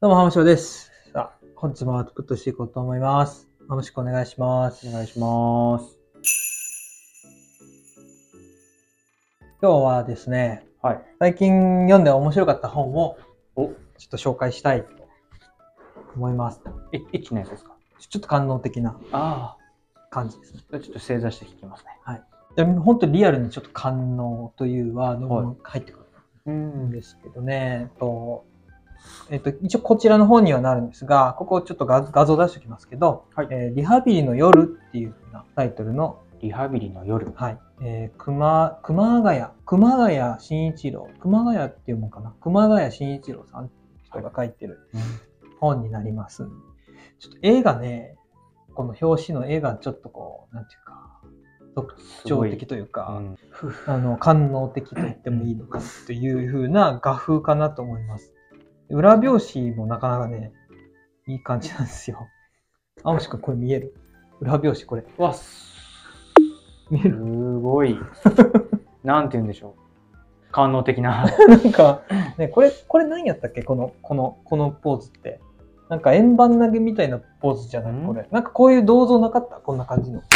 どうも、ハムショーです。さあ、本日もアウトプットしていこうと思います。よろしくお願いします。 お願いします。 今日はですね、 はい。 最近読んで面白かった本をちょっと紹介したいと思います。 一気のやつですか？ ちょっと官能的な感じですね。 ちょっと正座して聞きますね。 はい。で本当にリアルにちょっと官能というワードも入ってくるんですけどね。一応こちらの本にはなるんですが、ここちょっと画像出しておきますけど、 はいリハビリの夜っていう風なタイトルのリハビリの夜。 はい。熊谷慎一郎。熊谷っていうもんかな。熊谷慎一郎さんっていう人が書いてる本になります。ちょっと絵がね、この表紙の絵がちょっとこう、なんていうか、特徴的というか、官能的と言ってもいいのかという風な画風かなと思います。裏表紙もなかなかね、いい感じなんですよ。もしくはこれ見える？裏表紙これ。 わ、 見える？ すごい。なんて言うんでしょう。官能的な。 なんか、ね、これ何やったっけこのポーズって。なんか円盤投げみたいなポーズじゃないこれ。なんかこういう銅像なかったこんな感じの。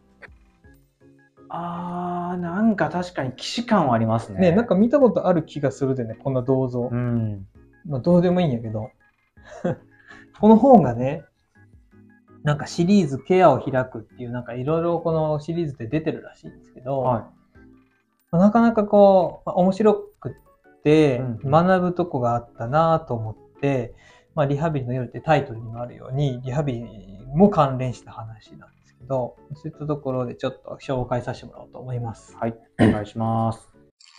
なんか確かに既視感はありますね。 ね、なんか見たことある気がするでね、こんな銅像。まあどうでもいいんやけど。この本がね、なんかシリーズケアを開くっていう、なんかいろいろこのシリーズで出てるらしいんですけど、なかなかこう、面白くって学ぶとこがあったなと思って、リハビリの夜ってタイトルにもあるように、リハビリも関連した話なんですけど、そういったところでちょっと紹介させてもらおうと思います。 はい、お願いします。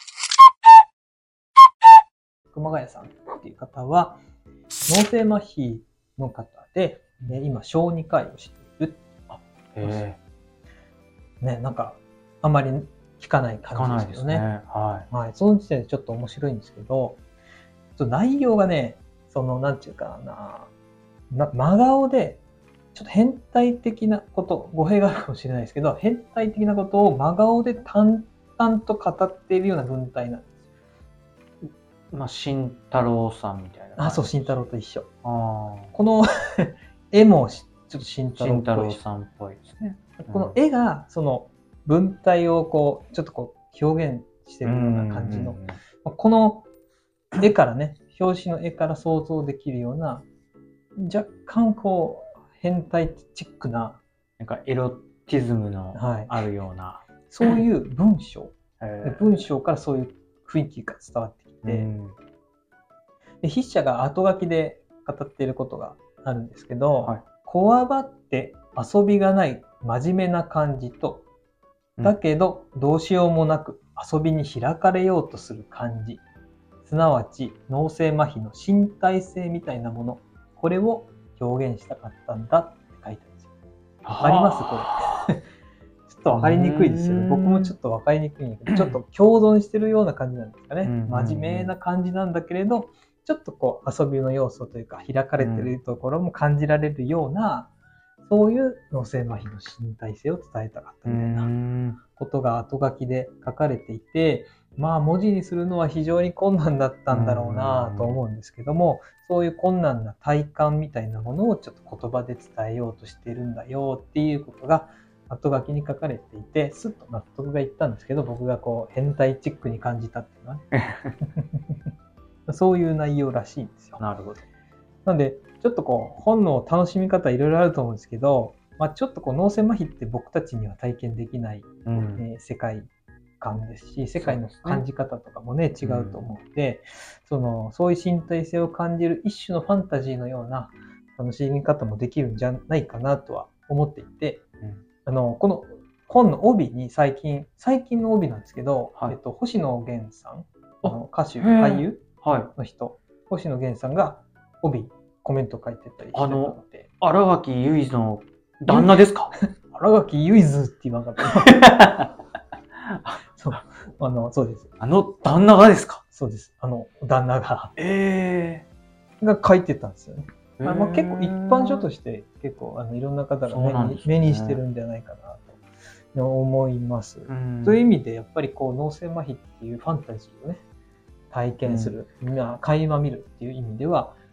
熊谷さんっていう方は、脳性麻痺の方で、今小児科医をしている。ね、なんか、あまり聞かない感じですよね。はい。その時点でちょっと面白いんですけど、ちょっと内容がね、なんていうかな、真顔で、ちょっと変態的なこと、語弊があるかもしれないですけど、変態的なことを真顔で淡々と語っているような文体なんです。 慎太郎さんみたいな。 そう、慎太郎と一緒。この絵もちょっと慎太郎さんっぽいですね。 この絵が、文体をこう、ちょっとこう、表現してるような感じの、この絵からね、表紙の絵から想像できるような、若干こう、変態チックな、 なんかエロティズムのあるような、 そういう文章。文章からそういう雰囲気が伝わってきて、で筆者が後書きで語っていることがあるんですけど、こわばって遊びがない真面目な感じと、だけどどうしようもなく遊びに開かれようとする感じ、すなわち脳性麻痺の身体性みたいなもの、これを表現したかったんだって書いてあるんですよ。わかりますこれ。ちょっとわかりにくいですよね。僕もちょっとわかりにくいんだけど、ちょっと共存してるような感じなんですかね。真面目な感じなんだけれど、ちょっとこう遊びの要素というか開かれてるところも感じられるような、そういう脳性麻痺の身体性を伝えたかったみたいなことが後書きで書かれていて、文字にするのは非常に困難だったんだろうなと思うんですけども、そういう困難な体感みたいなものをちょっと言葉で伝えようとしてるんだよっていうことが後書きに書かれていて、すっと納得がいったんですけど、僕がこう変態チックに感じたっていうのはね。そういう内容らしいんですよ。 なるほど。 なんで、ちょっとこう、本の楽しみ方いろいろあると思うんですけど、ちょっとこう、脳性麻痺って僕たちには体験できない、世界観ですし、世界の感じ方とかもね、違うと思うので、そういう身体性を感じる一種のファンタジーのような楽しみ方もできるんじゃないかなとは思っていて、この本の帯に最近の帯なんですけど、星野源さん、歌手、俳優の人、星野源さんが帯コメント書いてたりしてたので。 新垣結衣の旦那ですか？ 新垣結衣って言わなかった。そう、そうです。 旦那がですか？ そうです。旦那が。が書いてたんですよね。結構一般書として結構いろんな方が目にしてるんじゃないかなと思います。という意味でやっぱりこう脳性麻痺っていうファンタジーをね体験する、垣間見るっていう意味では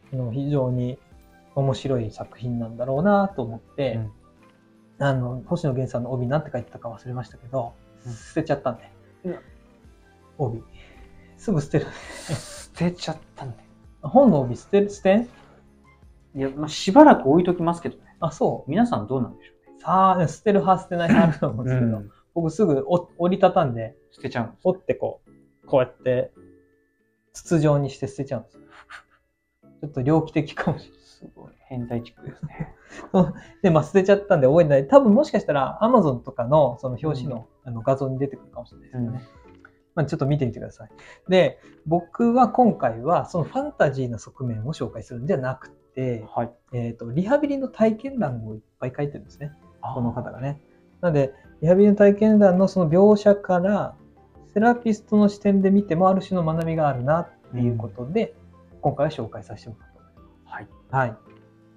非常に面白い作品なんだろうなと思って、星野源さんの帯なんて書いてたか忘れましたけど、捨てちゃったんで。帯。すぐ捨てる。 捨てちゃったんで。 本の帯捨てん？ いや、しばらく置いときますけどね。 あ、そう。 皆さんどうなんでしょうね。 さあ、捨てる派、捨てない派あると思うんですけど、僕すぐ折りたたんで、 捨てちゃうんです。 折ってこうやって、筒状にして捨てちゃうんですよ。ちょっと猟奇的かもしれない。 すごい。変態チックですね。 で、捨てちゃったんで覚えてない。多分もしかしたら Amazon とかのその表紙の画像に出てくるかもしれないですけどね。ちょっと見てみてください。で、僕は今回はそのファンタジーな側面を紹介するんじゃなくて、リハビリの体験談をいっぱい書いてるんですね。この方がね。なので、リハビリの体験談のその描写から、セラピストの視点で見てもある種の学びがあるなっていうことで、今回は紹介させてもらったと思います。はい。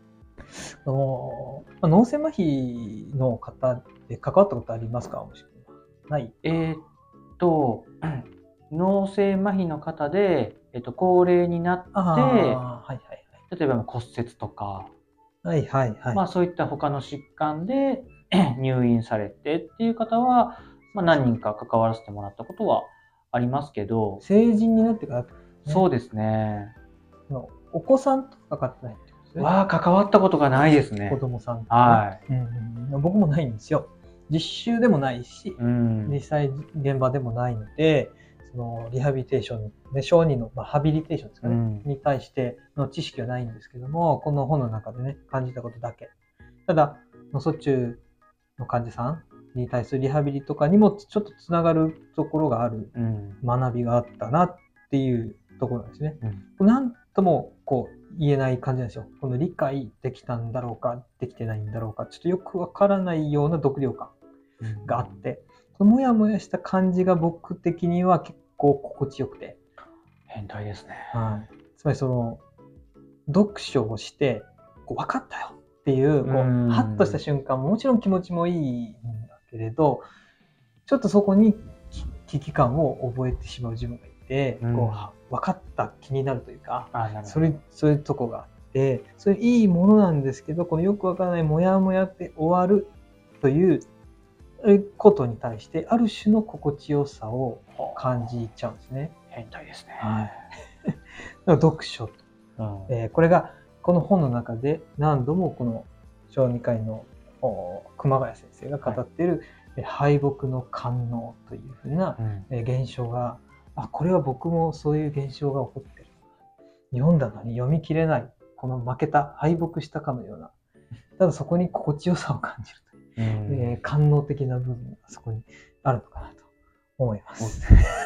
脳性麻痺の方で関わったことありますか？もしくはない？ 脳性麻痺の方で、高齢になって、例えば骨折とか、そういった他の疾患で入院されてっていう方は、何人か関わらせてもらったことはありますけど。 成人になってから、 そうですね。 お子さんと関わってないってことですね。 関わったことがないですね。 子供さんとか、僕もないんですよ。実習でもないし、実際現場でもないので、そのリハビリテーションで小児の、ハビリテーションですかね、に対しての知識はないんですけども、この本の中でね、感じたことだけ。ただ、脳卒中の患者さんに対するリハビリとかにもちょっとつながるところがある学びがあったなっていうところなんですね。なんとも言えない感じなんですよ。この理解できたんだろうか、できてないんだろうか、ちょっとよくわからないような読量感があって、もやもやした感じが僕的には結構心地よくて。 変態ですね。 つまり読書をして、分かったよっていう、ハッとした瞬間ももちろん気持ちもいいんだけれど、ちょっとそこに危機感を覚えてしまう自分がいて、分かった気になるというか、そういうとこがあって、そういういいものなんですけど、このよくわからないモヤモヤって終わるということに対して、ある種の心地よさを感じちゃうんですね。 変態ですね。 読書と、これがこの本の中で何度もこの小児科医の熊谷先生が語っている、敗北の官能というふうな現象が、これは僕もそういう現象が起こってる。読んだのに読み切れない、この負けた、敗北したかのような、ただそこに心地よさを感じるという、官能的な部分がそこにあるのかなと思います。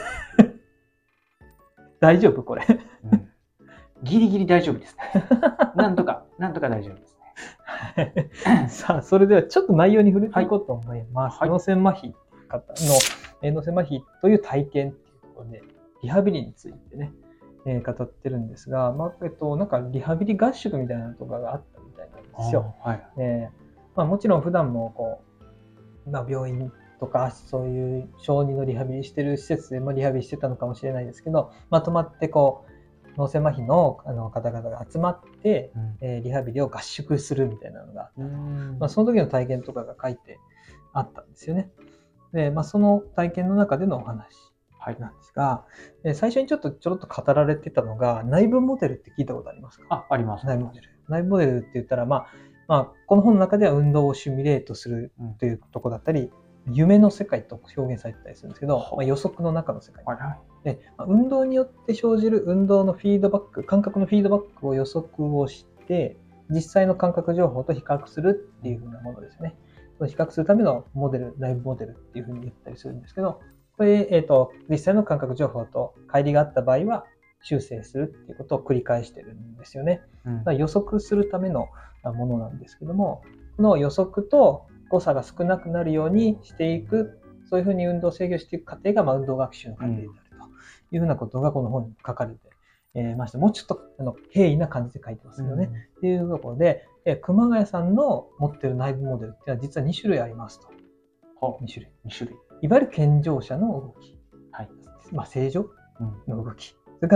大丈夫これ、 ギリギリ大丈夫ですね。なんとか大丈夫ですね。さあ、それではちょっと内容に触れていこうと思います。脳性麻痺っていう方の、脳性麻痺という体験っていうところで、リハビリについてね、語ってるんですが、なんかリハビリ合宿みたいなのとかがあったみたいなんですよ。もちろん普段も病院とかそういう小児のリハビリしてる施設でもリハビリしてたのかもしれないですけど、まとまって脳性麻痺の方々が集まって、リハビリを合宿するみたいなのがあった。その時の体験とかが書いてあったんですよね。で、その体験の中でのお話なんですが、最初にちょろっと語られてたのが、内部モデルって聞いたことありますか？ あります。 内部モデル。内部モデルって言ったら、この本の中では運動をシミュレートするというところだったり、夢の世界と表現されてたりするんですけど、予測の中の世界。で、運動によって生じる運動のフィードバック、感覚のフィードバックを予測をして、実際の感覚情報と比較するっていう風なものですね。比較するためのモデル、内部モデルっていう風に言ったりするんですけど、これ、実際の感覚情報と乖離があった場合は修正するっていうことを繰り返してるんですよね。予測するためのものなんですけども、この予測と誤差が少なくなるようにしていく、そういうふうに運動を制御していく過程が、運動学習の過程であるというふうなことがこの本に書かれてまして、もうちょっと平易な感じで書いてますけどね。っていうところで、熊谷さんの持っている内部モデルっていうのは実は2種類ありますと。2種類。いわゆる健常者の動き。正常の動き。それから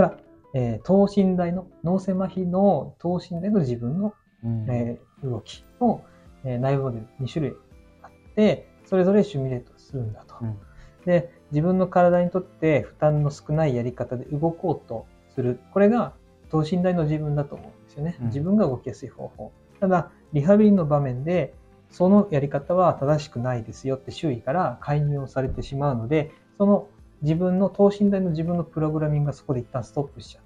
等身大の、脳性麻痺の等身大の自分の、動きの、内部モデル2種類あって、それぞれシミュレートするんだと。で、自分の体にとって負担の少ないやり方で動こうとする。これが等身大の自分だと思うんですよね。自分が動きやすい方法。ただ、リハビリの場面で、そのやり方は正しくないですよって周囲から介入をされてしまうので、その自分の等身大の自分のプログラミングがそこで一旦ストップしちゃって、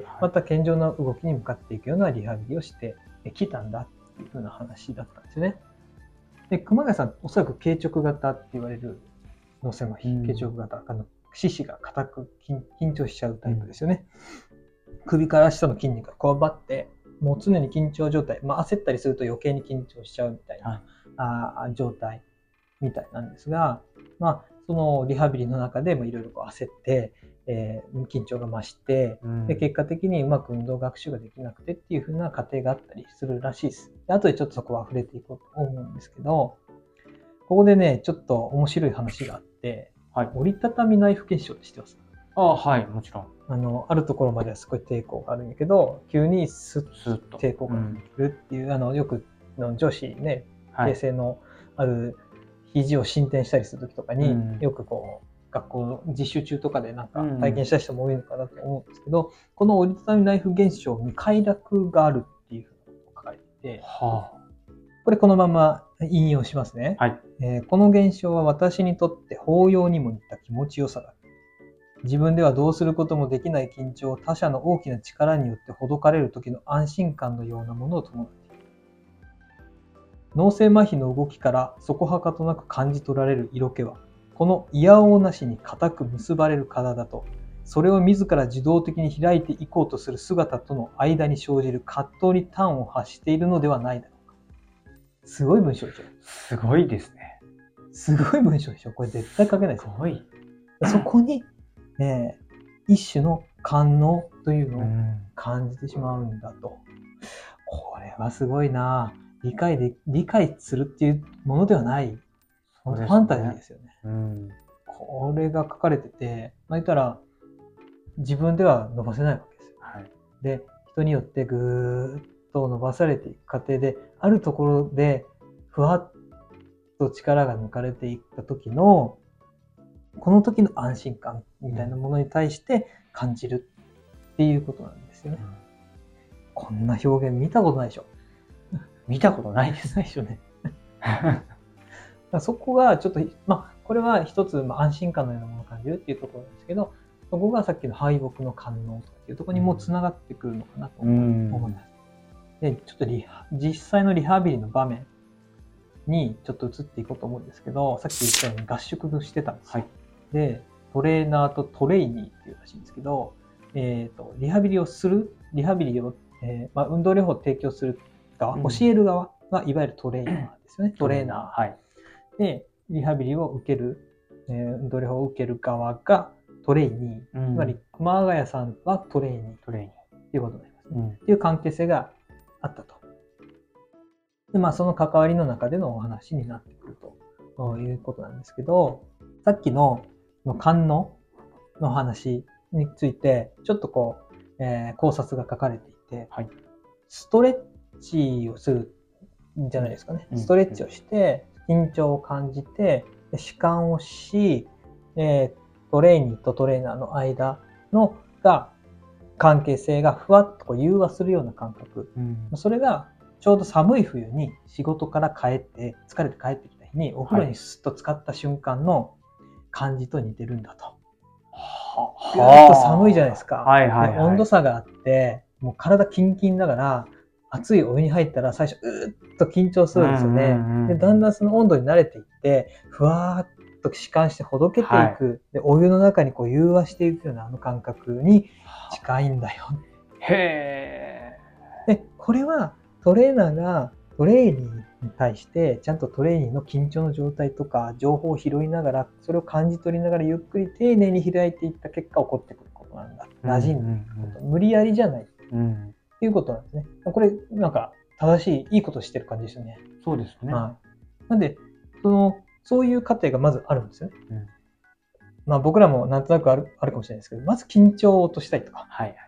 また健常な動きに向かっていくようなリハビリをしてきたんだっていう風な話だったんですよね。で、熊谷さん、おそらく頸直型って言われる脳性麻痺、頸直型、四肢が硬く緊張しちゃうタイプですよね。首から下の筋肉がこわばって、もう常に緊張状態、焦ったりすると余計に緊張しちゃうみたいな、状態みたいなんですが、そのリハビリの中でもいろいろ焦って、緊張が増して、で結果的にうまく運動学習ができなくてっていう風な過程があったりするらしいです。で後でちょっとそこは触れていこうと思うんですけど、ここでね、ちょっと面白い話があって、折りたたみナイフ現象って知ってます？ はい、もちろん。あるところまではすごい抵抗があるんだけど、急にスッと抵抗ができるっていう、よく女子ね、形成のある肘を伸展したりするときとかに、よく学校の実習中とかでなんか体験した人も多いのかなと思うんですけど、この折りたたみナイフ現象に快楽があるっていうふうなことが書いてて、これこのまま引用しますね。この現象は私にとって抱擁にも似た気持ちよさだ。自分ではどうすることもできない緊張を他者の大きな力によってほどかれる時の安心感のようなものを伴っている。脳性麻痺の動きからそこはかとなく感じ取られる色気は、このいやおうなしに固く結ばれる体と、それを自ら受動的に開いていこうとする姿との間に生じる葛藤に端を発しているのではないだろうか。すごい文章でしょ。 すごいですね。 すごい文章でしょ。これ絶対書けないですよ。すごい。そこに、一種の官能というのを感じてしまうんだと。これはすごいな。理解するっていうものではない。ファンタジーですよね。これが書かれてて、言ったら自分では伸ばせないわけですよ。で、人によってぐーっと伸ばされていく過程で、あるところでふわっと力が抜かれていった時の、この時の安心感みたいなものに対して感じるっていうことなんですよね。こんな表現見たことないでしょ。 見たことないです。 ないでしょね。そこがちょっと、これは一つ安心感のようなものを感じるっていうところなんですけど、そこがさっきの敗北の官能とかっていうところにもつながってくるのかなと思います。で、ちょっと実際のリハビリの場面にちょっと移っていこうと思うんですけど、さっき言ったように合宿してたんですよ。で、トレーナーとトレイニーっていうらしいんですけど、リハビリを、運動療法を提供する側、教える側がいわゆるトレーナーですよね。トレーナー。で、リハビリを受ける、運動療法を受ける側がトレイニー。つまり、熊谷さんはトレイニー。っていうことになりますね。っていう関係性があったと。で、その関わりの中でのお話になってくるということなんですけど、さっきの官能の話について、ちょっと考察が書かれていて、ストレッチをするんじゃないですかね。ストレッチをして、緊張を感じて、弛緩をし、トレーニーとトレーナーの間が関係性がふわっと融和するような感覚。それがちょうど寒い冬に仕事から疲れて帰ってきた日にお風呂にスッと浸かった瞬間の感じと似てるんだと。ぐーっと寒いじゃないですか。温度差があって、もう体キンキンだから、熱いお湯に入ったら最初うーっと緊張するんですよね。で、だんだんその温度に慣れていって、ふわーっと弛緩してほどけていく。で、お湯の中に融和していくような感覚に近いんだよ。で、これはトレーナーがトレーニーに対してちゃんとトレーニーの緊張の状態とか情報を拾いながら、それを感じ取りながらゆっくり丁寧に開いていった結果起こってくることなんだ。馴染んでいくこと。無理やりじゃない。っていうことなんですね。これなんか正しい、いいことしてる感じですよね。 そうですね。 なんで、そういう過程がまずあるんですよね。僕らもなんとなくあるかもしれないですけど、まず緊張を落としたいとか、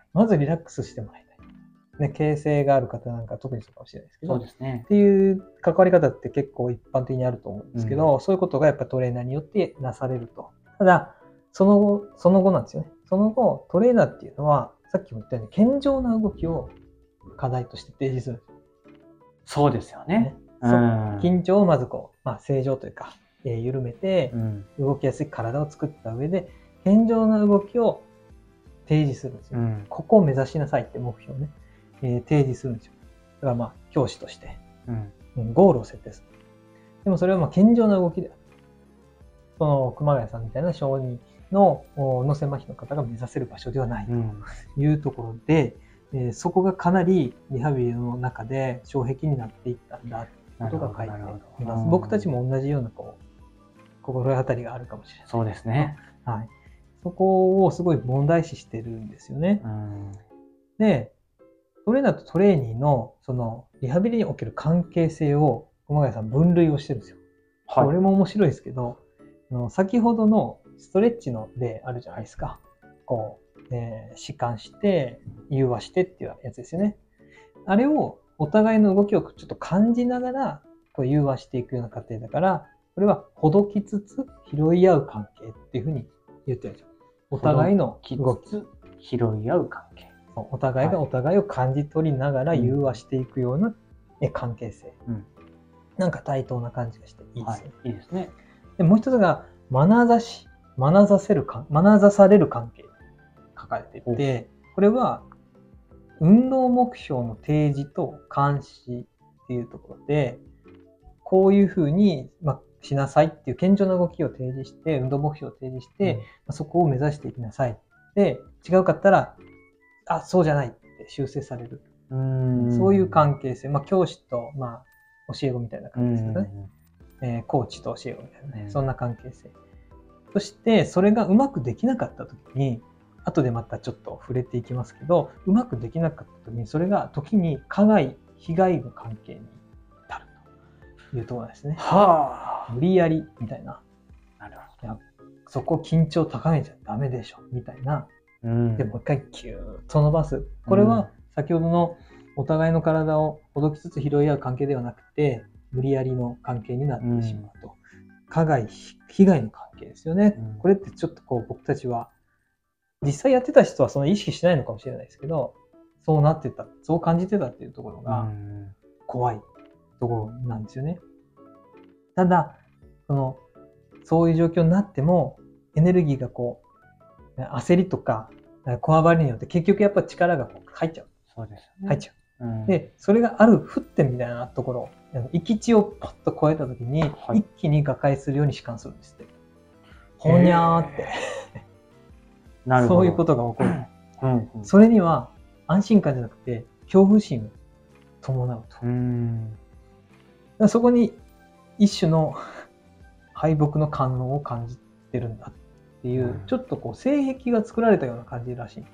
まずリラックスしてもらいたい。ね、形成がある方なんか特にそうかもしれないですけど、 そうですね。 っていう関わり方って結構一般的にあると思うんですけど、そういうことがやっぱトレーナーによってなされると。ただ、その後なんですよね。その後、トレーナーっていうのは、さっきも言ったように健常な動きを課題として提示する。 そうですよね。 緊張をまず正常というか、緩めて、動きやすい体を作った上で、健常な動きを提示するんですよ。ここを目指しなさいって目標をね、提示するんですよ。だから教師として、ゴールを設定する。でもそれは健常な動きである。その熊谷さんみたいな小児の脳性麻痺の方が目指せる場所ではないというところで、そこがかなりリハビリの中で障壁になっていったんだということが書いています。僕たちも同じような心当たりがあるかもしれない。 そうですね。 はい。そこをすごい問題視してるんですよね。で、トレーナーとトレーニーのそのリハビリにおける関係性を熊谷さん分類をしてるんですよ。はい、これも面白いですけど、先ほどのストレッチの例あるじゃないですか。弛緩して融和してっていうやつですよね。あれをお互いの動きをちょっと感じながら融和していくような過程だから、これはほどきつつ拾い合う関係っていうふうに言ってるんですよ。お互いの動き拾い合う関係。 お互いがお互いを感じ取りながら融和していくような関係性。なんか対等な感じがしていいですよね。 いいですね。 でもう一つが、眼差される関係書かれていて、これは運動目標の提示と監視っていうところで、こういうふうにしなさいっていう健常な動きを提示して、運動目標を提示して、そこを目指していきなさい。で、違うかったら、そうじゃないって修正される。そういう関係性。教師と、教え子みたいな関係性ですね。コーチと教え子みたいなね。そんな関係性。そして、それがうまくできなかったときに、後でまたちょっと触れていきますけど、うまくできなかったときに、それが時に加害、被害の関係に至るというところですね。無理やりみたいな。 なるほど。 そこ緊張高めちゃダメでしょみたいな。でもう一回キューッと伸ばす。これは先ほどのお互いの体をほどきつつ拾い合う関係ではなくて、無理やりの関係になってしまうと。加害、被害の関係ですよね。これってちょっと僕たちは、実際やってた人はその意識しないのかもしれないですけど、そうなってた、そう感じてたっていうところが怖いところなんですよね。ただ、そういう状況になっても、エネルギーが焦りとか、こわばりによって結局やっぱ力が入っちゃう。 そうですね。 入っちゃう。で、それがある沸点みたいなところ、域地をパッと超えたときに、一気に瓦解するように弛緩するんですって。ほにゃーって。なるほど。そういうことが起こる。それには安心感じゃなくて、恐怖心を伴うと。そこに一種の敗北の官能を感じてるんだっていう、ちょっと性癖が作られたような感じらしい。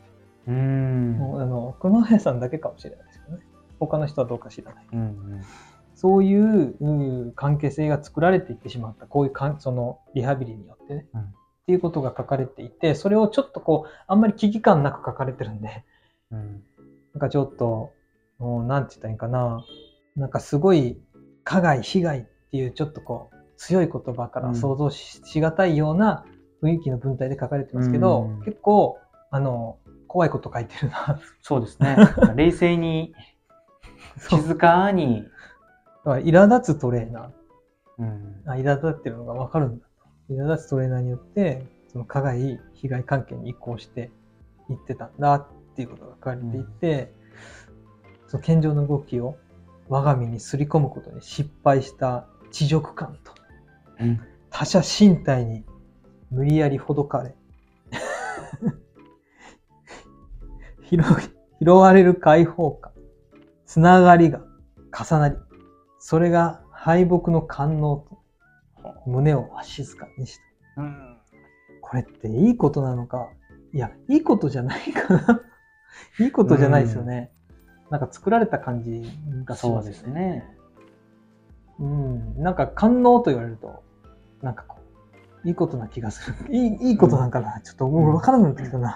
熊谷さんだけかもしれないですけどね。他の人はどうか知らない。そういう関係性が作られていってしまった。こういうそのリハビリによってね。っていうことが書かれていて、それをちょっとあんまり危機感なく書かれてるんで、なんかちょっと、なんて言ったらいいかな。なんかすごい加害、被害っていうちょっと強い言葉から想像しがたいような雰囲気の文体で書かれてますけど、結構、怖いこと書いてるな。 そうですね。冷静に、静かに。 苛立つトレーナー。苛立ってるのがわかるんだと。苛立つトレーナーによって、その加害、被害関係に移行していってたんだっていうことが書かれていて、その健常な動きを我が身にすり込むことに失敗した恥辱感と、他者身体に無理やりほどかれ、拾われる解放感、つながりが重なり、それが敗北の官能と胸をわしづかみにした。これっていいことなのか、いや、いいことじゃないかな。いいことじゃないですよね。なんか作られた感じがしますよね。そうですね。なんか官能と言われると、なんかいいことな気がする。いいことなんかな。ちょっともう分からなくなってきたな。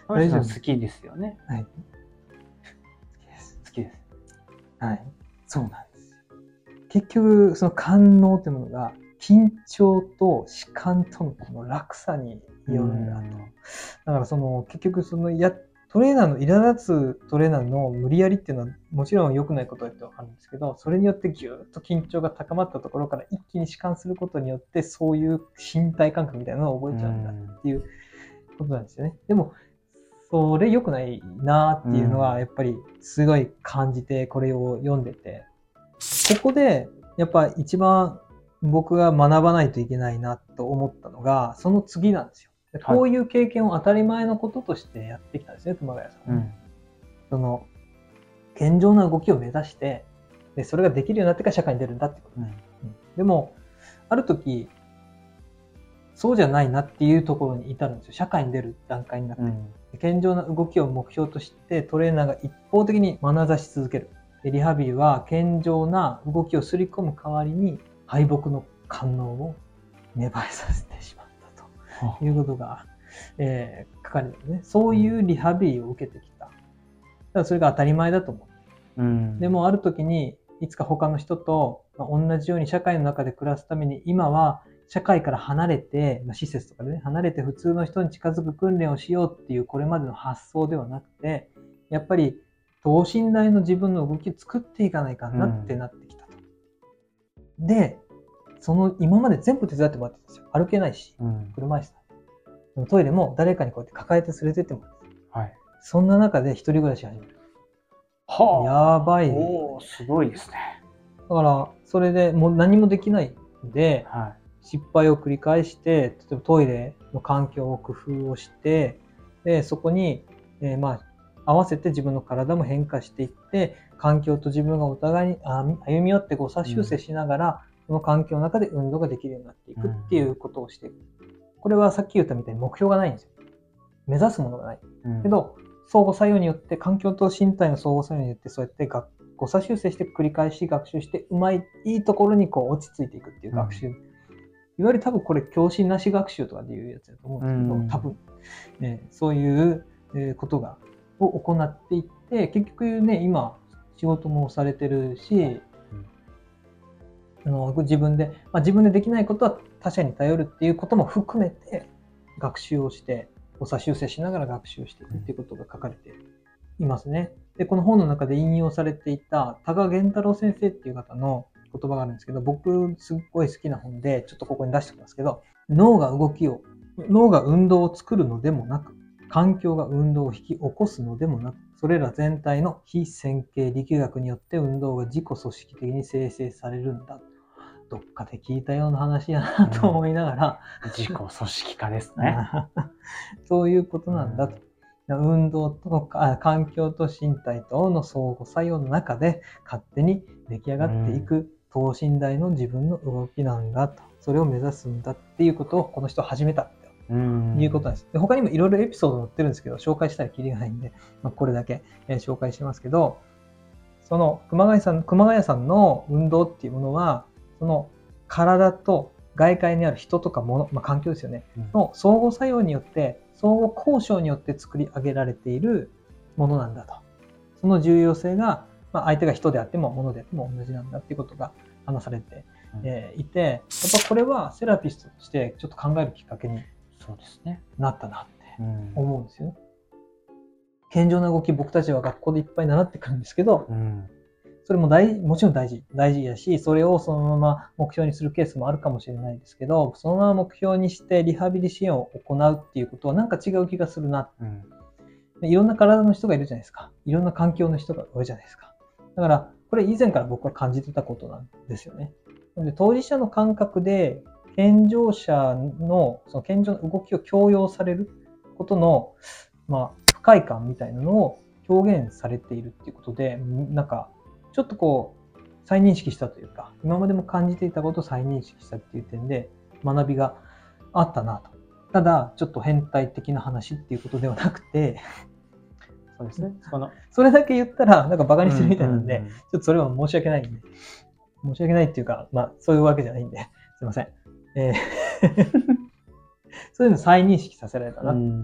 大丈夫。好きですよね。 はい。 好きです。 はい。そうなんです。結局、その官能というものが、緊張と弛緩とのこの落差によるんだと。だから結局トレーナーの苛立つトレーナーの無理やりっていうのはもちろん良くないことだってわかるんですけど、それによってぎゅーっと緊張が高まったところから一気に弛緩することによってそういう身体感覚みたいなのを覚えちゃうんだっていうことなんですよね。でもそれ良くないなっていうのはやっぱりすごい感じて、これを読んでて、ここでやっぱ一番僕が学ばないといけないなと思ったのがその次なんですよ。こういう経験を当たり前のこととしてやってきたんですね、熊谷さんは。健常な動きを目指して、でそれができるようになってから社会に出るんだってことね。でもある時そうじゃないなっていうところに至るんですよ。社会に出る段階になって。健常な動きを目標としてトレーナーが一方的に眼差し続ける。でリハビリは健常な動きをすり込む代わりに敗北の官能を芽生えさせてしまったということが、書かれてるね。そういうリハビリを受けてきた。だからそれが当たり前だと思う。でもある時にいつか他の人と同じように社会の中で暮らすために今は社会から離れて、施設とかでね、離れて普通の人に近づく訓練をしようっていうこれまでの発想ではなくて、やっぱり等身大の自分の動きを作っていかないかなってなってきたと。で、今まで全部手伝ってもらってたんですよ。歩けないし、車椅子だ。トイレも誰かにこうやって抱えて連れてってもらってた。はい。そんな中で一人暮らし始める。やばい。 すごいですね。 だから、それでもう何もできないんで、失敗を繰り返して、例えばトイレの環境を工夫をして、で、そこに、合わせて自分の体も変化していって、環境と自分がお互いに歩み寄って誤差修正しながら、その環境の中で運動ができるようになっていくっていうことをしていく。これはさっき言ったみたいに目標がないんですよ。目指すものがない。けど、相互作用によって、環境と身体の相互作用によって、そうやって誤差修正して繰り返し学習して、いいところにこう落ち着いていくっていう学習。いわゆる多分これ教師なし学習とかでいうやつだと思うんですけど、多分、そういうことを行っていって、結局ね、今仕事もされてるし、自分でできないことは他者に頼るっていうことも含めて学習をして、誤差修正しながら学習していくっていうことが書かれていますね。で、この本の中で引用されていた多賀源太郎先生っていう方の言葉があるんですけど、僕すっごい好きな本で、ちょっとここに出しておきますけど、脳が運動を作るのでもなく、環境が運動を引き起こすのでもなく、それら全体の非線形力学によって運動が自己組織的に生成されるんだ。どっかで聞いたような話やなと思いながら、 自己組織化ですね。 そういうことなんだと。運動と環境と身体との相互作用の中で勝手に出来上がっていく等身大の自分の動きなんだと。それを目指すんだっていうことをこの人は始めたということなんです。で、他にもいろいろエピソード載ってるんですけど、紹介したらキリがないんで、これだけ紹介しますけど、その熊谷さんの運動っていうものは、その体と外界にある人とか物、環境ですよね、の相互作用によって、相互交渉によって作り上げられているものなんだと。その重要性が、相手が人であっても物であっても同じなんだっていうことが話されていて、やっぱこれはセラピストとしてちょっと考えるきっかけになったなって思うんですよね。健常な動き、僕たちは学校でいっぱい習ってくるんですけど、それももちろん大事やし、それをそのまま目標にするケースもあるかもしれないですけど、そのまま目標にしてリハビリ支援を行うっていうことはなんか違う気がするな。いろんな体の人がいるじゃないですか。いろんな環境の人がいるじゃないですか。だから、これ以前から僕は感じてたことなんですよね。で、当事者の感覚で、健常者の、その健常の動きを強要されることの、不快感みたいなのを表現されているっていうことで、なんか、ちょっとこう、再認識したというか、今までも感じていたことを再認識したっていう点で、学びがあったなと。ただ、ちょっと変態的な話っていうことではなくて、そうですね。それだけ言ったら、なんかバカにしてるみたいなんで、ちょっとそれは申し訳ないんで、申し訳ないっていうか、そういうわけじゃないんで、すいません。そういうの再認識させられたな。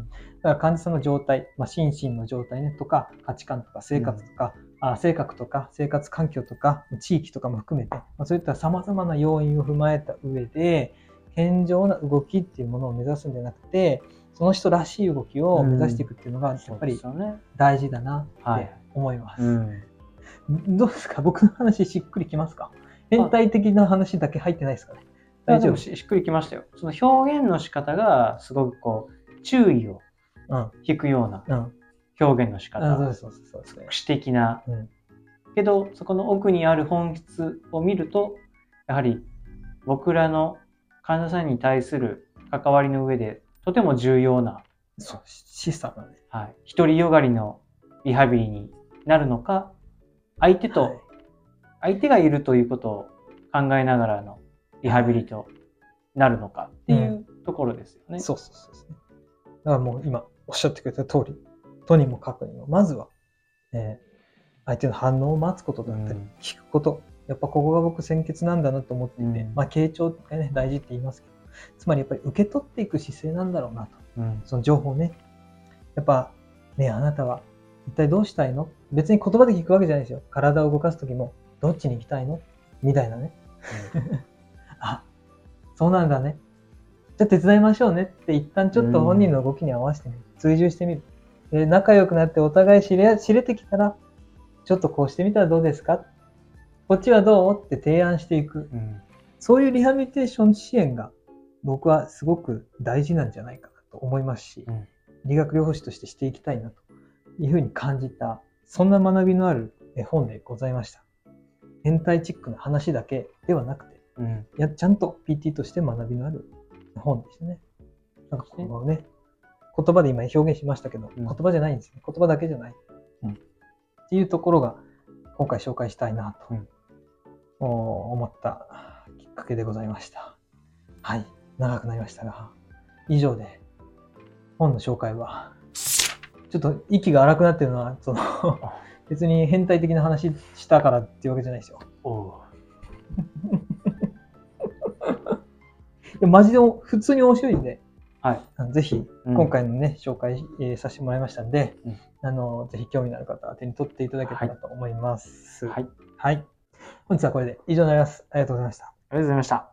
から患者さんの状態、心身の状態ねとか、価値観とか生活とか、性格とか生活環境とか地域とかも含めて、そういった様々な要因を踏まえた上で、健常な動きっていうものを目指すんじゃなくて、その人らしい動きを目指していくっていうのがやっぱり大事だなって思います。どうですか？僕の話しっくりきますか？変態的な話だけ入ってないですかね？ 大丈夫？しっくりきましたよ。その表現の仕方がすごくこう注意を引くような表現の仕方、詩的な、けどそこの奥にある本質を見ると、やはり僕らの患者さんに対する関わりの上でとても重要な、 示唆だね。 独りよがりのリハビリになるのか、相手がいるということを考えながらのリハビリとなるのかっていうところですよね。 そうですね。だからもう今おっしゃってくれた通り、とにもかくにも、まずは、相手の反応を待つことだったり、聞くこと。やっぱここが僕先決なんだなと思っていて、傾聴ってね、大事って言いますけど、つまりやっぱり受け取っていく姿勢なんだろうなと。その情報ね。やっぱね、あなたは一体どうしたいの？別に言葉で聞くわけじゃないですよ。体を動かすときも、どっちに行きたいの？みたいなね。あ、そうなんだね。じゃあ手伝いましょうねって一旦ちょっと本人の動きに合わせてみる。追従してみる。で、仲良くなってお互い知れてきたら、ちょっとこうしてみたらどうですか？こっちはどう？って提案していく。そういうリハビリテーション支援が僕はすごく大事なんじゃないかなと思いますし、理学療法士としてしていきたいなというふうに感じた、そんな学びのある本でございました。変態チックな話だけではなくて、ちゃんと PT として学びのある本でしたね。なんかこのね、言葉で今表現しましたけど、言葉じゃないんですね。言葉だけじゃない。っていうところが今回紹介したいなと思ったきっかけでございました。はい。長くなりましたが、以上で本の紹介は、ちょっと息が荒くなってるのは、別に変態的な話したからっていうわけじゃないですよ。マジで普通に面白いんで、ぜひ今回のね、紹介させてもらいましたんで、ぜひ興味のある方は手に取っていただけたらと思います。はい。本日はこれで以上になります。ありがとうございました。 ありがとうございました。